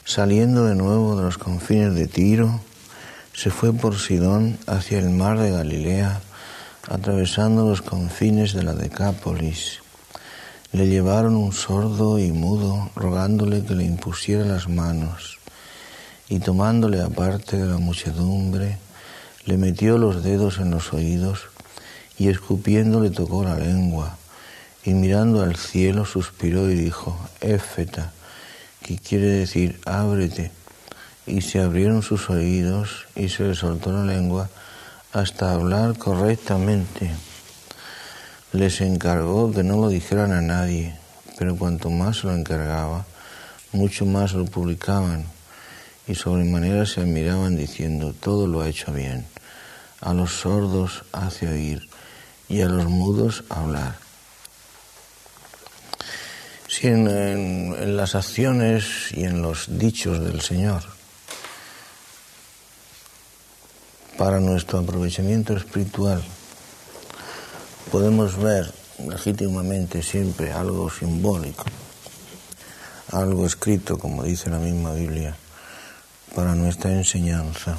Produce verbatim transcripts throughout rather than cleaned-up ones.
Saliendo de nuevo de los confines de Tiro, se fue por Sidón hacia el mar de Galilea, atravesando los confines de la Decápolis. Le llevaron un sordo y mudo, rogándole que le impusiera las manos, y tomándole aparte de la muchedumbre, le metió los dedos en los oídos, y escupiendo le tocó la lengua, y mirando al cielo suspiró y dijo: Éfeta, que quiere decir ábrete. Y se abrieron sus oídos y se le soltó la lengua hasta hablar correctamente. Les encargó que no lo dijeran a nadie, pero cuanto más se lo encargaba, mucho más lo publicaban, y sobremanera se admiraban diciendo: todo lo ha hecho bien. A los sordos hace oír y a los mudos hablar. Si en, en, en las acciones y en los dichos del Señor, para nuestro aprovechamiento espiritual, podemos ver legítimamente siempre algo simbólico, algo escrito, como dice la misma Biblia, para nuestra enseñanza.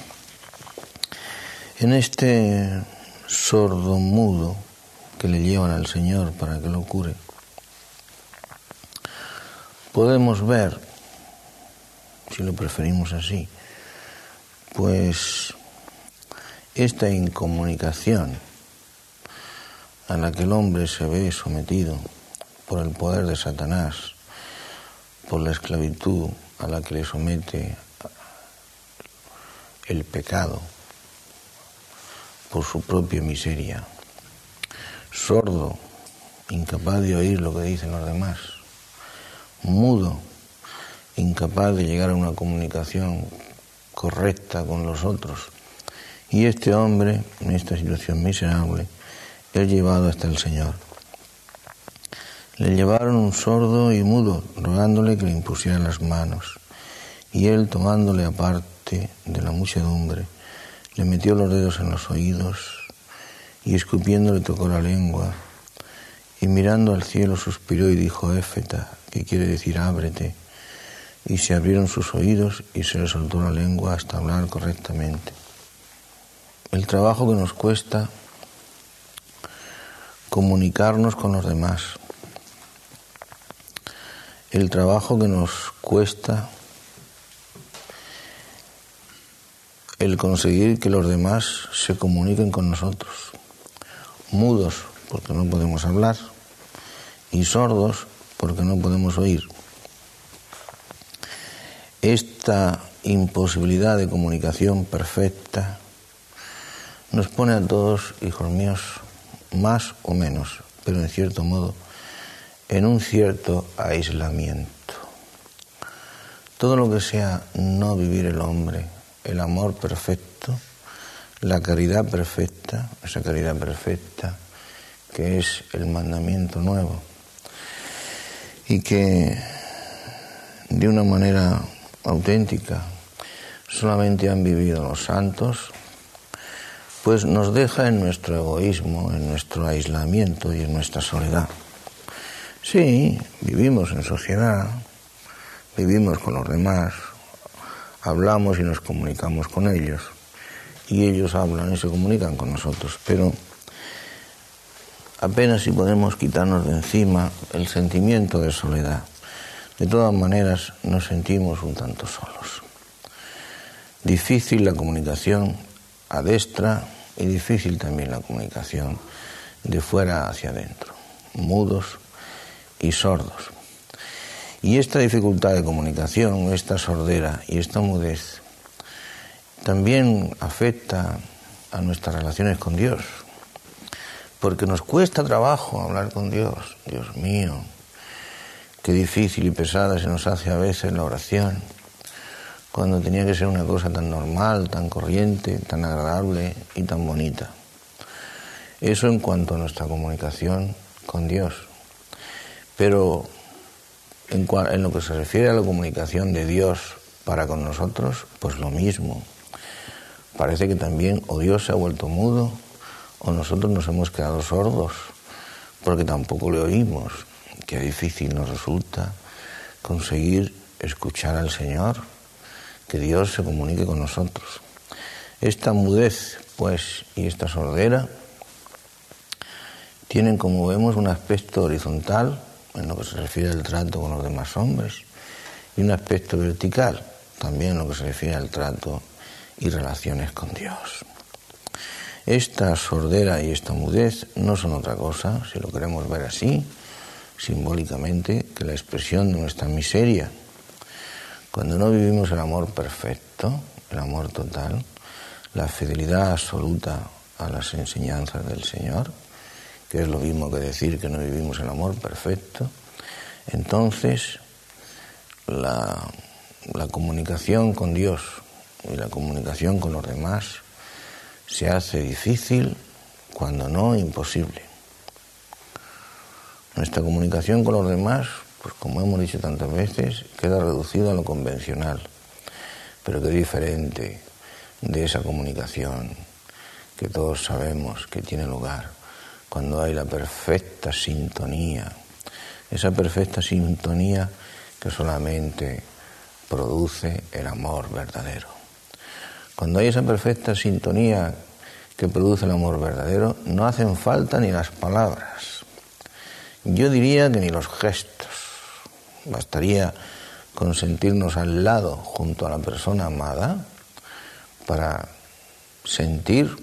En este sordo mudo que le llevan al Señor para que lo cure, podemos ver, si lo preferimos así, pues esta incomunicación a la que el hombre se ve sometido por el poder de Satanás, por la esclavitud a la que le somete el pecado, por su propia miseria, sordo, incapaz de oír lo que dicen los demás, mudo, incapaz de llegar a una comunicación correcta con los otros. Y este hombre, en esta situación miserable, es llevado hasta el Señor. Le llevaron un sordo y mudo, rogándole que le impusieran las manos. Y él, tomándole aparte de la muchedumbre, le metió los dedos en los oídos y escupiendo le tocó la lengua. Y mirando al cielo suspiró y dijo: Éfeta, que quiere decir ábrete. Y se abrieron sus oídos y se le soltó la lengua hasta hablar correctamente. El trabajo que nos cuesta comunicarnos con los demás, el trabajo que nos cuesta el conseguir que los demás se comuniquen con nosotros, mudos porque no podemos hablar y sordos porque no podemos oír. Esta imposibilidad de comunicación perfecta nos pone a todos, hijos míos, más o menos, pero en cierto modo, en un cierto aislamiento. Todo lo que sea no vivir el hombre, el amor perfecto, la caridad perfecta, esa caridad perfecta que es el mandamiento nuevo y que de una manera auténtica solamente han vivido los santos, pues nos deja en nuestro egoísmo, en nuestro aislamiento y en nuestra soledad. Sí, vivimos en sociedad, vivimos con los demás, hablamos y nos comunicamos con ellos, y ellos hablan y se comunican con nosotros, pero apenas si podemos quitarnos de encima el sentimiento de soledad. De todas maneras, nos sentimos un tanto solos. Difícil la comunicación a destra y difícil también la comunicación de fuera hacia adentro, mudos y sordos. Y esta dificultad de comunicación, esta sordera y esta mudez también afecta a nuestras relaciones con Dios, porque nos cuesta trabajo hablar con Dios. Dios mío, qué difícil y pesada se nos hace a veces la oración, cuando tenía que ser una cosa tan normal, tan corriente, tan agradable y tan bonita. Eso en cuanto a nuestra comunicación con Dios. Pero en, en lo que se refiere a la comunicación de Dios para con nosotros, pues lo mismo. Parece que también o Dios se ha vuelto mudo o nosotros nos hemos quedado sordos, porque tampoco le oímos. Qué difícil nos resulta conseguir escuchar al Señor, que Dios se comunique con nosotros. Esta mudez, pues, y esta sordera tienen, como vemos, un aspecto horizontal en lo que se refiere al trato con los demás hombres y un aspecto vertical también en lo que se refiere al trato y relaciones con Dios. Esta sordera y esta mudez no son otra cosa, si lo queremos ver así, simbólicamente, que la expresión de nuestra miseria. Cuando no vivimos el amor perfecto, el amor total, la fidelidad absoluta a las enseñanzas del Señor, que es lo mismo que decir que no vivimos el amor perfecto, entonces la, la comunicación con Dios y la comunicación con los demás se hace difícil, cuando no imposible. Nuestra comunicación con los demás, pues como hemos dicho tantas veces, queda reducida a lo convencional, pero qué diferente de esa comunicación que todos sabemos que tiene lugar cuando hay la perfecta sintonía, esa perfecta sintonía que solamente produce el amor verdadero. Cuando hay esa perfecta sintonía que produce el amor verdadero, no hacen falta ni las palabras. Yo diría que ni los gestos. Bastaría con sentirnos al lado, junto a la persona amada, para sentir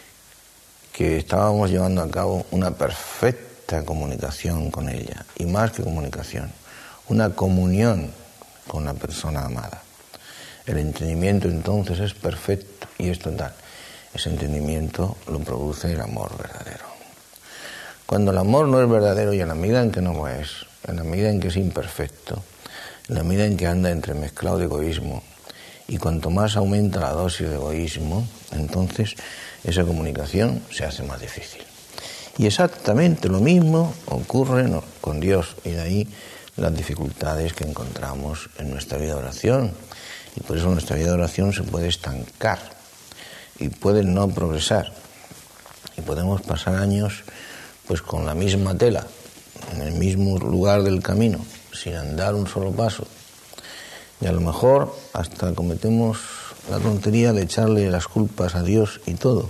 que estábamos llevando a cabo una perfecta comunicación con ella, y más que comunicación, una comunión con la persona amada. El entendimiento entonces es perfecto y es total. Ese entendimiento lo produce el amor verdadero. Cuando el amor no es verdadero, y en la medida en que no lo es, en la medida en que es imperfecto, en la medida en que anda entremezclado de egoísmo, y cuanto más aumenta la dosis de egoísmo, entonces esa comunicación se hace más difícil. Y exactamente lo mismo ocurre con Dios, y de ahí las dificultades que encontramos en nuestra vida de oración. Y por eso nuestra vida de oración se puede estancar y puede no progresar. Y podemos pasar años pues con la misma tela, en el mismo lugar del camino, sin andar un solo paso. Y a lo mejor hasta cometemos la tontería de echarle las culpas a Dios y todo.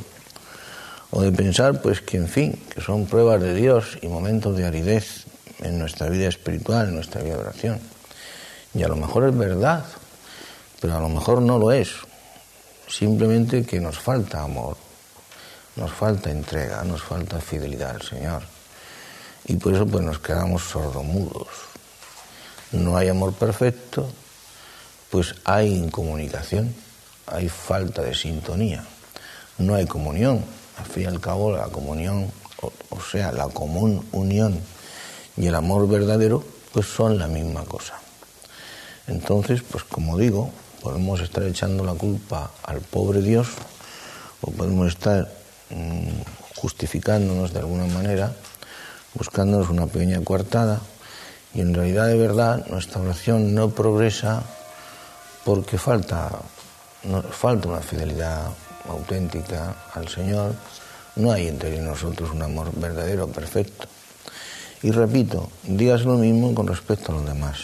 O de pensar pues que en fin, que son pruebas de Dios y momentos de aridez en nuestra vida espiritual, en nuestra vida de oración. Y a lo mejor es verdad, pero a lo mejor no lo es. Simplemente que nos falta amor, nos falta entrega, nos falta fidelidad al Señor. Y por eso pues nos quedamos sordomudos. No hay amor perfecto, pues hay incomunicación, hay falta de sintonía, no hay comunión. Al fin y al cabo la comunión, o, o sea, la común unión y el amor verdadero, pues son la misma cosa. Entonces, pues como digo, podemos estar echando la culpa al pobre Dios, o podemos estar mmm, justificándonos de alguna manera, buscándonos una pequeña coartada, y en realidad de verdad nuestra oración no progresa porque falta, no, falta una fidelidad auténtica al Señor, no hay entre nosotros un amor verdadero, perfecto. Y repito, digas lo mismo con respecto a los demás.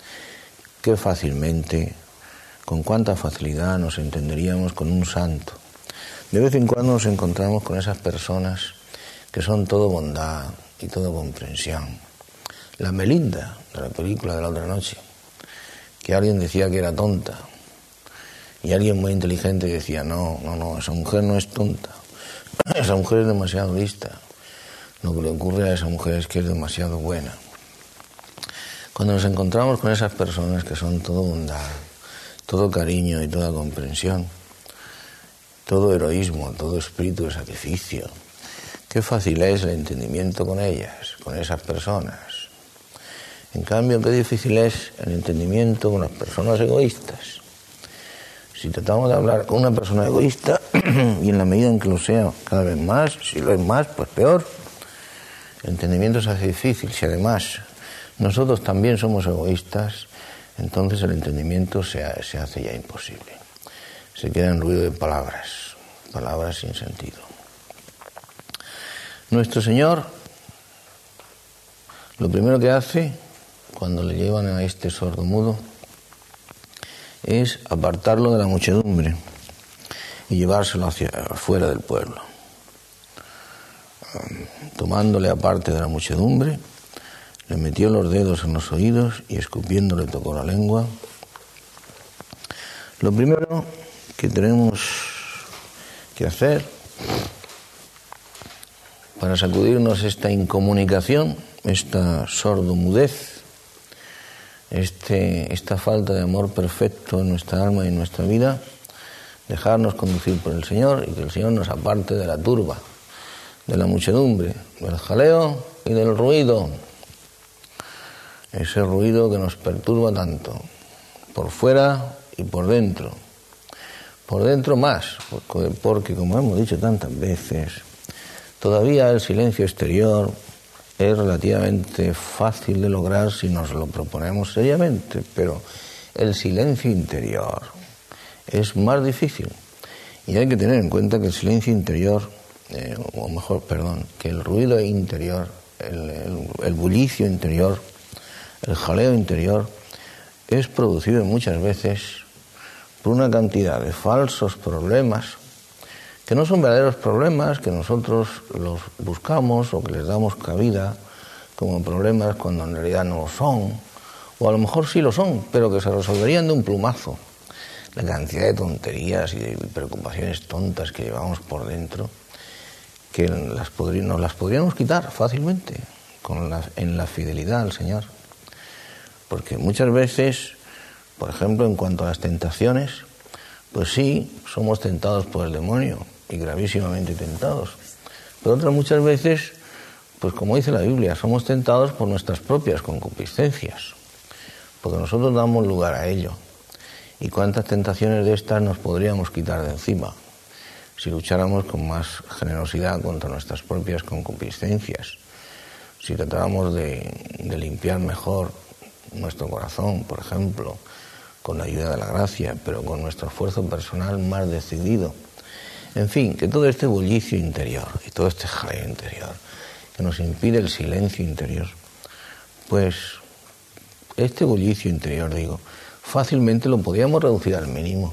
Qué fácilmente, con cuánta facilidad nos entenderíamos con un santo. De vez en cuando nos encontramos con esas personas que son todo bondad y todo comprensión. La Melinda, de la película de la otra noche, que alguien decía que era tonta, y alguien muy inteligente decía, no, no, no, esa mujer no es tonta, esa mujer es demasiado lista. Lo que le ocurre a esa mujer es que es demasiado buena. Cuando nos encontramos con esas personas que son todo bondad, todo cariño y toda comprensión, todo heroísmo, todo espíritu de sacrificio, qué fácil es el entendimiento con ellas, con esas personas. En cambio, qué difícil es el entendimiento con las personas egoístas. Si tratamos de hablar con una persona egoísta, y en la medida en que lo sea cada vez más, si lo es más, pues peor, el entendimiento se hace difícil. Si además nosotros también somos egoístas, entonces el entendimiento se, se hace ya imposible. Se queda en ruido de palabras, palabras sin sentido. Nuestro Señor, lo primero que hace cuando le llevan a este sordomudo es apartarlo de la muchedumbre y llevárselo hacia afuera del pueblo. Tomándole aparte de la muchedumbre, le metió los dedos en los oídos y escupiendo le tocó la lengua. Lo primero que tenemos que hacer para sacudirnos esta incomunicación, esta sordomudez, este, esta falta de amor perfecto en nuestra alma y en nuestra vida, dejarnos conducir por el Señor y que el Señor nos aparte de la turba, de la muchedumbre, del jaleo y del ruido, ese ruido que nos perturba tanto, por fuera y por dentro. Por dentro más, porque, porque como hemos dicho tantas veces, todavía el silencio exterior es relativamente fácil de lograr si nos lo proponemos seriamente, pero el silencio interior es más difícil. Y hay que tener en cuenta que el silencio interior, eh, o mejor, perdón, que el ruido interior, el, el, el bullicio interior, el jaleo interior, es producido muchas veces por una cantidad de falsos problemas que no son verdaderos problemas, que nosotros los buscamos o que les damos cabida como problemas cuando en realidad no lo son, o a lo mejor sí lo son, pero que se resolverían de un plumazo. La cantidad de tonterías y de preocupaciones tontas que llevamos por dentro, que las podrí, nos las podríamos quitar fácilmente con la, en la fidelidad al Señor. Porque muchas veces, por ejemplo, en cuanto a las tentaciones, pues sí, somos tentados por el demonio, y gravísimamente tentados. Pero otras muchas veces, pues como dice la Biblia, somos tentados por nuestras propias concupiscencias, porque nosotros damos lugar a ello. ¿Y cuántas tentaciones de estas nos podríamos quitar de encima si lucháramos con más generosidad contra nuestras propias concupiscencias? Si tratáramos de, de limpiar mejor nuestro corazón, por ejemplo, con la ayuda de la gracia, pero con nuestro esfuerzo personal más decidido. En fin, que todo este bullicio interior y todo este jaleo interior que nos impide el silencio interior, pues este bullicio interior, digo, fácilmente lo podíamos reducir al mínimo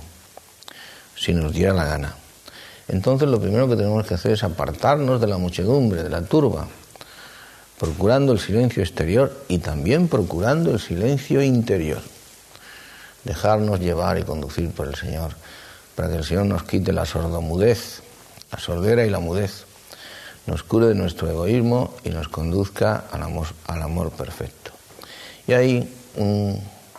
si nos diera la gana. Entonces lo primero que tenemos que hacer es apartarnos de la muchedumbre, de la turba, procurando el silencio exterior y también procurando el silencio interior. Dejarnos llevar y conducir por el Señor, para que el Señor nos quite la sordomudez, la sordera y la mudez, nos cure de nuestro egoísmo y nos conduzca al amor, al amor perfecto. Y hay un,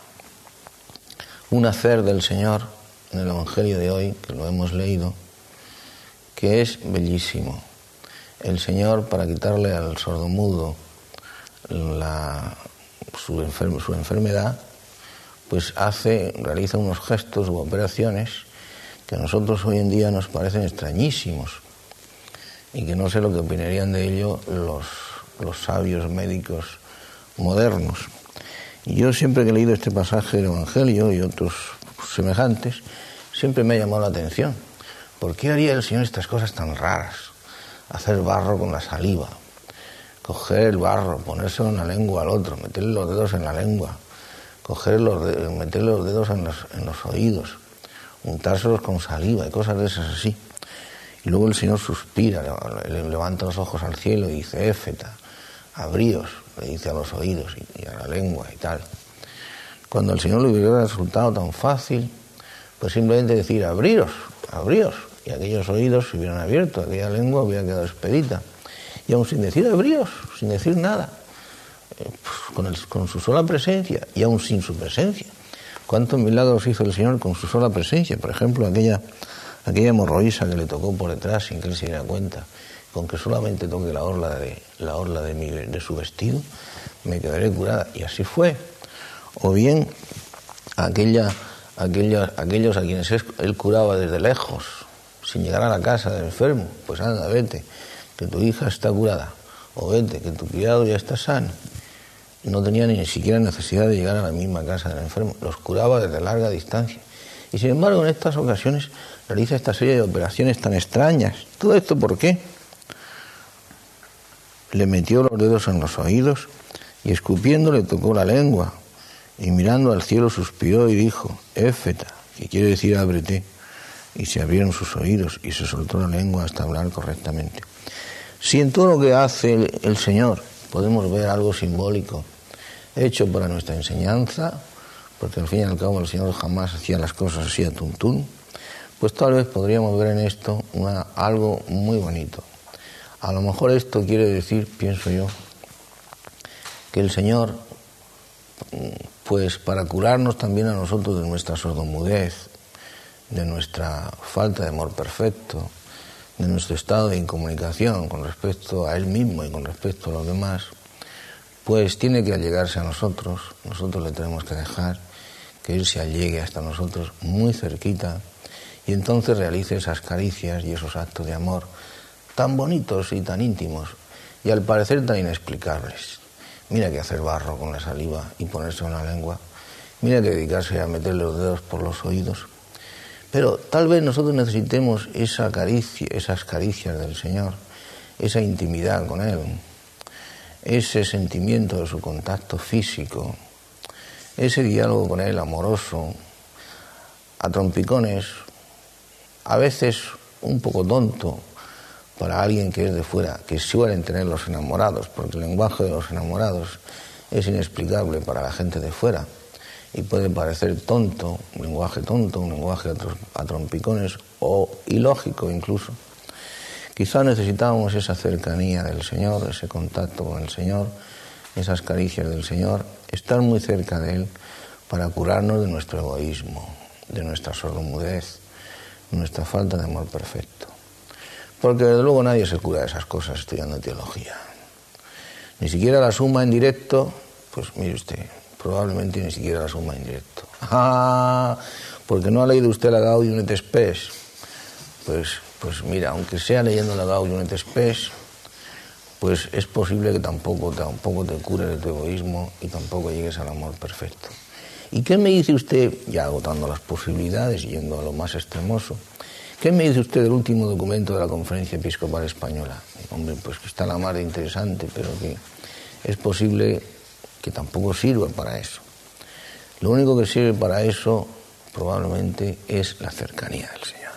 un hacer del Señor en el Evangelio de hoy, que lo hemos leído, que es bellísimo. El Señor, para quitarle al sordomudo la, su, enfer, su enfermedad, pues hace, realiza unos gestos u operaciones que a nosotros hoy en día nos parecen extrañísimos y que no sé lo que opinarían de ello los, los sabios médicos modernos. Y yo siempre que he leído este pasaje del Evangelio y otros semejantes, siempre me ha llamado la atención. ¿Por qué haría el Señor estas cosas tan raras? Hacer barro con la saliva, coger el barro, ponérselo en la lengua al otro, meterle los dedos en la lengua, coger los dedos, meterle los dedos en los, en los oídos, untárselos con saliva y cosas de esas así. Y luego el Señor suspira, le, le levanta los ojos al cielo y dice, éfeta, abríos, le dice a los oídos y, y a la lengua y tal. Cuando el Señor le hubiera resultado tan fácil, pues simplemente decir, abríos, abríos, y aquellos oídos se hubieran abierto, aquella lengua hubiera quedado expedita. Y aún sin decir abríos, sin decir nada, eh, pues con, el, con su sola presencia y aún sin su presencia. ¿Cuántos milagros hizo el Señor con su sola presencia? Por ejemplo, aquella, aquella hemorroísa que le tocó por detrás sin que él se diera cuenta, con que solamente toque la orla de, la orla de, mi, de su vestido, me quedaré curada. Y así fue. O bien, aquella, aquella, aquellos a quienes él curaba desde lejos, sin llegar a la casa del enfermo, pues anda, vete, que tu hija está curada, o vete, que tu criado ya está sano. No tenía ni siquiera necesidad de llegar a la misma casa del enfermo, los curaba desde larga distancia. Y sin embargo, en estas ocasiones realiza esta serie de operaciones tan extrañas. ¿Todo esto por qué? Le metió los dedos en los oídos y escupiendo le tocó la lengua. y mirando al cielo suspiró y dijo, Éfeta, que quiere decir ábrete, y se abrieron sus oídos y se soltó la lengua hasta hablar correctamente. Si en todo lo que hace el, el Señor podemos ver algo simbólico, hecho para nuestra enseñanza, porque al fin y al cabo el Señor jamás hacía las cosas así a tuntún, pues tal vez podríamos ver en esto una, algo muy bonito. A lo mejor esto quiere decir, pienso yo, que el Señor, pues para curarnos también a nosotros de nuestra sordomudez, de nuestra falta de amor perfecto, de nuestro estado de incomunicación con respecto a Él mismo y con respecto a los demás, pues tiene que allegarse a nosotros, nosotros le tenemos que dejar que Él se allegue hasta nosotros muy cerquita y entonces realice esas caricias y esos actos de amor tan bonitos y tan íntimos y al parecer tan inexplicables. Mira que hacer barro con la saliva y ponerse en la lengua, mira que dedicarse a meterle los dedos por los oídos. Pero tal vez nosotros necesitemos esa caricia, esas caricias del Señor, esa intimidad con Él, ese sentimiento de su contacto físico, ese diálogo con Él amoroso, a trompicones, a veces un poco tonto para alguien que es de fuera, que suelen tener los enamorados, porque el lenguaje de los enamorados es inexplicable para la gente de fuera. Y puede parecer tonto, un lenguaje tonto, un lenguaje a trompicones o ilógico incluso. Quizá necesitábamos esa cercanía del Señor, ese contacto con el Señor, esas caricias del Señor, estar muy cerca de Él para curarnos de nuestro egoísmo, de nuestra sordomudez, de nuestra falta de amor perfecto. Porque desde luego nadie se cura de esas cosas estudiando teología. Ni siquiera la suma en directo, pues mire usted, probablemente ni siquiera la suma en directo. Ah, porque no ha leído usted la Gaudium et Spes. Pues, pues mira, aunque sea leyendo la Gaudium et Spes, pues es posible que tampoco, tampoco te cure de tu egoísmo y tampoco llegues al amor perfecto. ¿Y qué me dice usted, ya agotando las posibilidades y yendo a lo más extremoso, qué me dice usted del último documento de la Conferencia Episcopal Española? Hombre, pues que está la mar de interesante, pero que es posible que tampoco sirva para eso. Lo único que sirve para eso probablemente es la cercanía del Señor.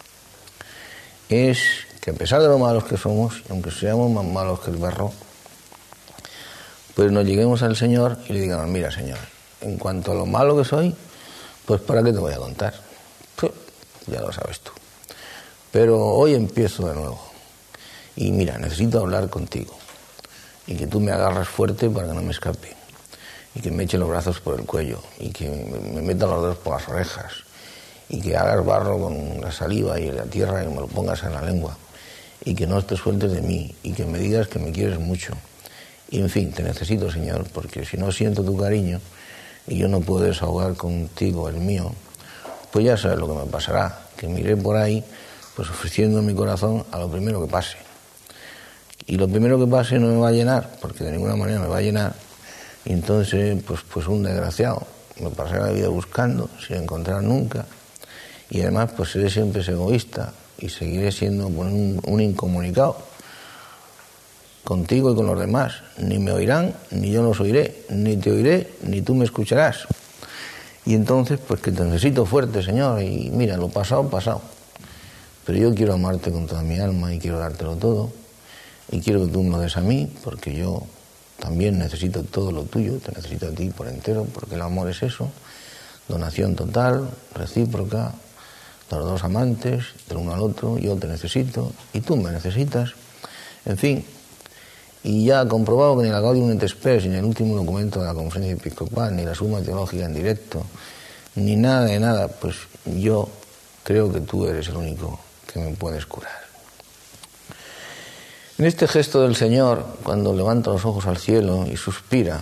Es que a pesar de lo malos que somos, aunque seamos más malos que el barro, pues nos lleguemos al Señor y le digamos, mira Señor, en cuanto a lo malo que soy, pues ¿para qué te voy a contar? Pues, ya lo sabes tú. Pero hoy empiezo de nuevo. Y mira, necesito hablar contigo. Y que tú me agarras fuerte para que no me escape. Y que me eche los brazos por el cuello. Y que me meta los dedos por las orejas. Y que hagas barro con la saliva y la tierra y me lo pongas en la lengua. Y que no te sueltes de mí. Y que me digas que me quieres mucho. Y en fin, te necesito, Señor, porque si no siento tu cariño y yo no puedo desahogar contigo el mío, pues ya sabes lo que me pasará. Que me iré por ahí pues ofreciendo mi corazón a lo primero que pase. Y lo primero que pase no me va a llenar, porque de ninguna manera me va a llenar. Y entonces, pues, pues un desgraciado. Me pasaré la vida buscando, sin encontrar nunca. Y además, pues seré siempre egoísta y seguiré siendo un, un incomunicado contigo y con los demás. Ni me oirán, ni yo los oiré, ni te oiré, ni tú me escucharás. Y entonces, pues que te necesito fuerte, Señor. Y mira, lo pasado, pasado. Pero yo quiero amarte con toda mi alma y quiero dártelo todo. Y quiero que tú me lo des a mí, porque yo también necesito todo lo tuyo, te necesito a ti por entero, porque el amor es eso, donación total, recíproca, de los dos amantes, del uno al otro, yo te necesito y tú me necesitas, en fin. Y ya comprobado que ni la Gaudium et Spes, ni el último documento de la Conferencia Episcopal, ni la Suma Teológica en directo, ni nada de nada, pues yo creo que tú eres el único que me puedes curar. En este gesto del Señor, cuando levanta los ojos al cielo y suspira,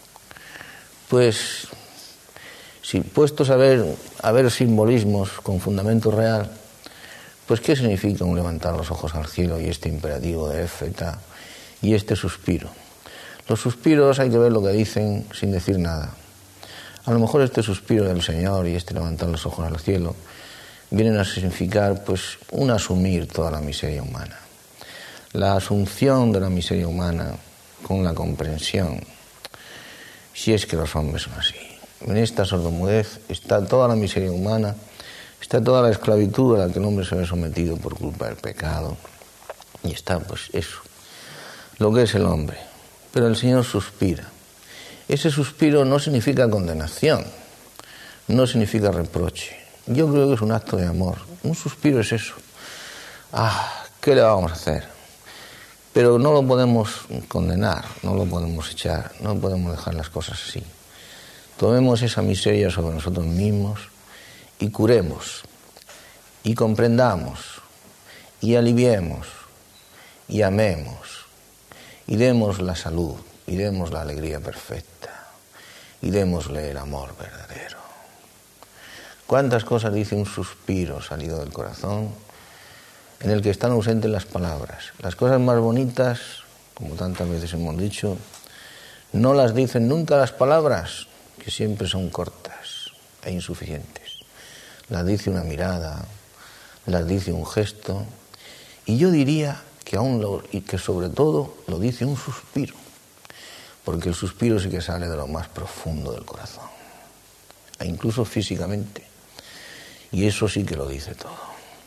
pues, si puestos a ver, a ver simbolismos con fundamento real, pues ¿qué significa un levantar los ojos al cielo y este imperativo de Éfeta y este suspiro? Los suspiros hay que ver lo que dicen sin decir nada. A lo mejor este suspiro del Señor y este levantar los ojos al cielo vienen a significar pues un asumir toda la miseria humana. La asunción de la miseria humana con la comprensión, si es que los hombres son así. En esta sordomudez está toda la miseria humana, está toda la esclavitud a la que el hombre se ve sometido por culpa del pecado. Y está, pues, eso, lo que es el hombre. Pero el Señor suspira. Ese suspiro no significa condenación, no significa reproche. Yo creo que es un acto de amor. Un suspiro es eso. Ah, ¿qué le vamos a hacer? Pero no lo podemos condenar, no lo podemos echar, no podemos dejar las cosas así. Tomemos esa miseria sobre nosotros mismos y curemos, y comprendamos, y aliviemos, y amemos, y demos la salud, y demos la alegría perfecta, y démosle el amor verdadero. ¿Cuántas cosas dice un suspiro salido del corazón, en el que están ausentes las palabras? Las cosas más bonitas, como tantas veces hemos dicho, no las dicen nunca las palabras, que siempre son cortas e insuficientes. Las dice una mirada, las dice un gesto, y yo diría que aún lo, y que sobre todo lo dice un suspiro, porque el suspiro sí que sale de lo más profundo del corazón, e incluso físicamente, y eso sí que lo dice todo.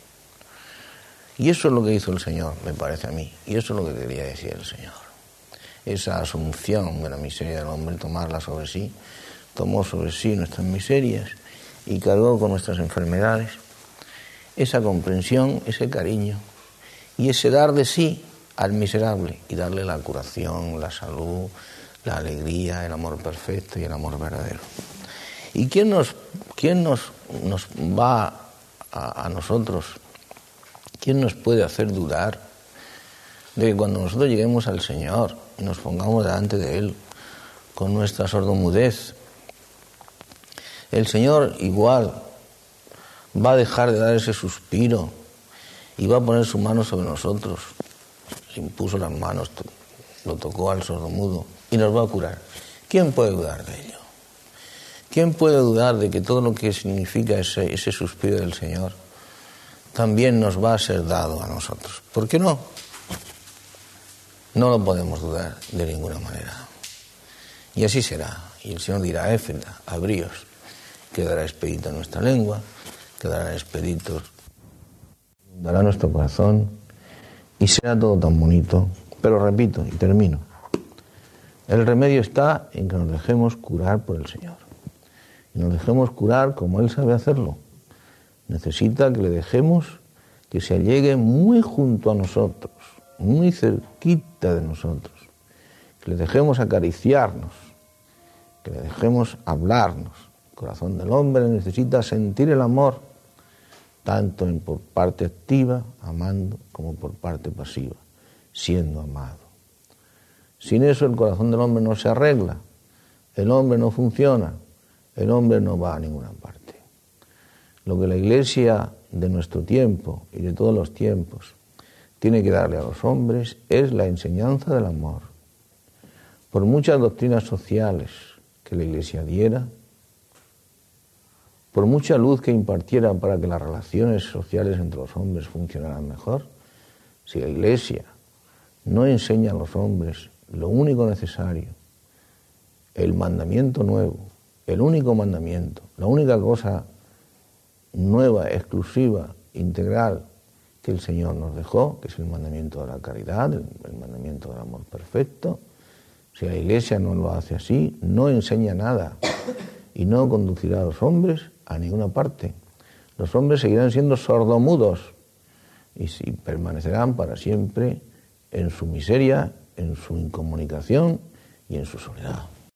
Y eso es lo que hizo el Señor, me parece a mí, y eso es lo que quería decir el Señor. Esa asunción de la miseria del hombre, tomarla sobre sí, tomó sobre sí nuestras miserias y cargó con nuestras enfermedades. Esa comprensión, ese cariño y ese dar de sí al miserable y darle la curación, la salud, la alegría, el amor perfecto y el amor verdadero. ¿Y quién nos, quién nos, nos va a, a nosotros? ¿Quién nos puede hacer dudar de que cuando nosotros lleguemos al Señor y nos pongamos delante de Él con nuestra sordomudez, el Señor igual va a dejar de dar ese suspiro y va a poner su mano sobre nosotros? Le impuso las manos, lo tocó al sordomudo y nos va a curar. ¿Quién puede dudar de ello? ¿Quién puede dudar de que todo lo que significa ese, ese suspiro del Señor también nos va a ser dado a nosotros? ¿Por qué no? No lo podemos dudar de ninguna manera. Y así será. Y el Señor dirá: Éfeta, abríos. Quedará expedito en nuestra lengua, quedará expedito, dará nuestro corazón y será todo tan bonito. Pero repito y termino, el remedio está en que nos dejemos curar por el Señor. Y nos dejemos curar como Él sabe hacerlo. Necesita que le dejemos que se allegue muy junto a nosotros, muy cerquita de nosotros, que le dejemos acariciarnos, que le dejemos hablarnos. El corazón del hombre necesita sentir el amor, tanto en por parte activa, amando, como por parte pasiva, siendo amado. Sin eso el corazón del hombre no se arregla, el hombre no funciona, el hombre no va a ninguna parte. Lo que la Iglesia de nuestro tiempo y de todos los tiempos tiene que darle a los hombres es la enseñanza del amor. Por muchas doctrinas sociales que la Iglesia diera, por mucha luz que impartiera para que las relaciones sociales entre los hombres funcionaran mejor, si la Iglesia no enseña a los hombres lo único necesario, el mandamiento nuevo, el único mandamiento, la única cosa nueva, exclusiva, integral que el Señor nos dejó, que es el mandamiento de la caridad, el, el mandamiento del amor perfecto, si la Iglesia no lo hace así, no enseña nada y no conducirá a los hombres a ninguna parte. Los hombres seguirán siendo sordomudos y si permanecerán para siempre en su miseria, en su incomunicación y en su soledad.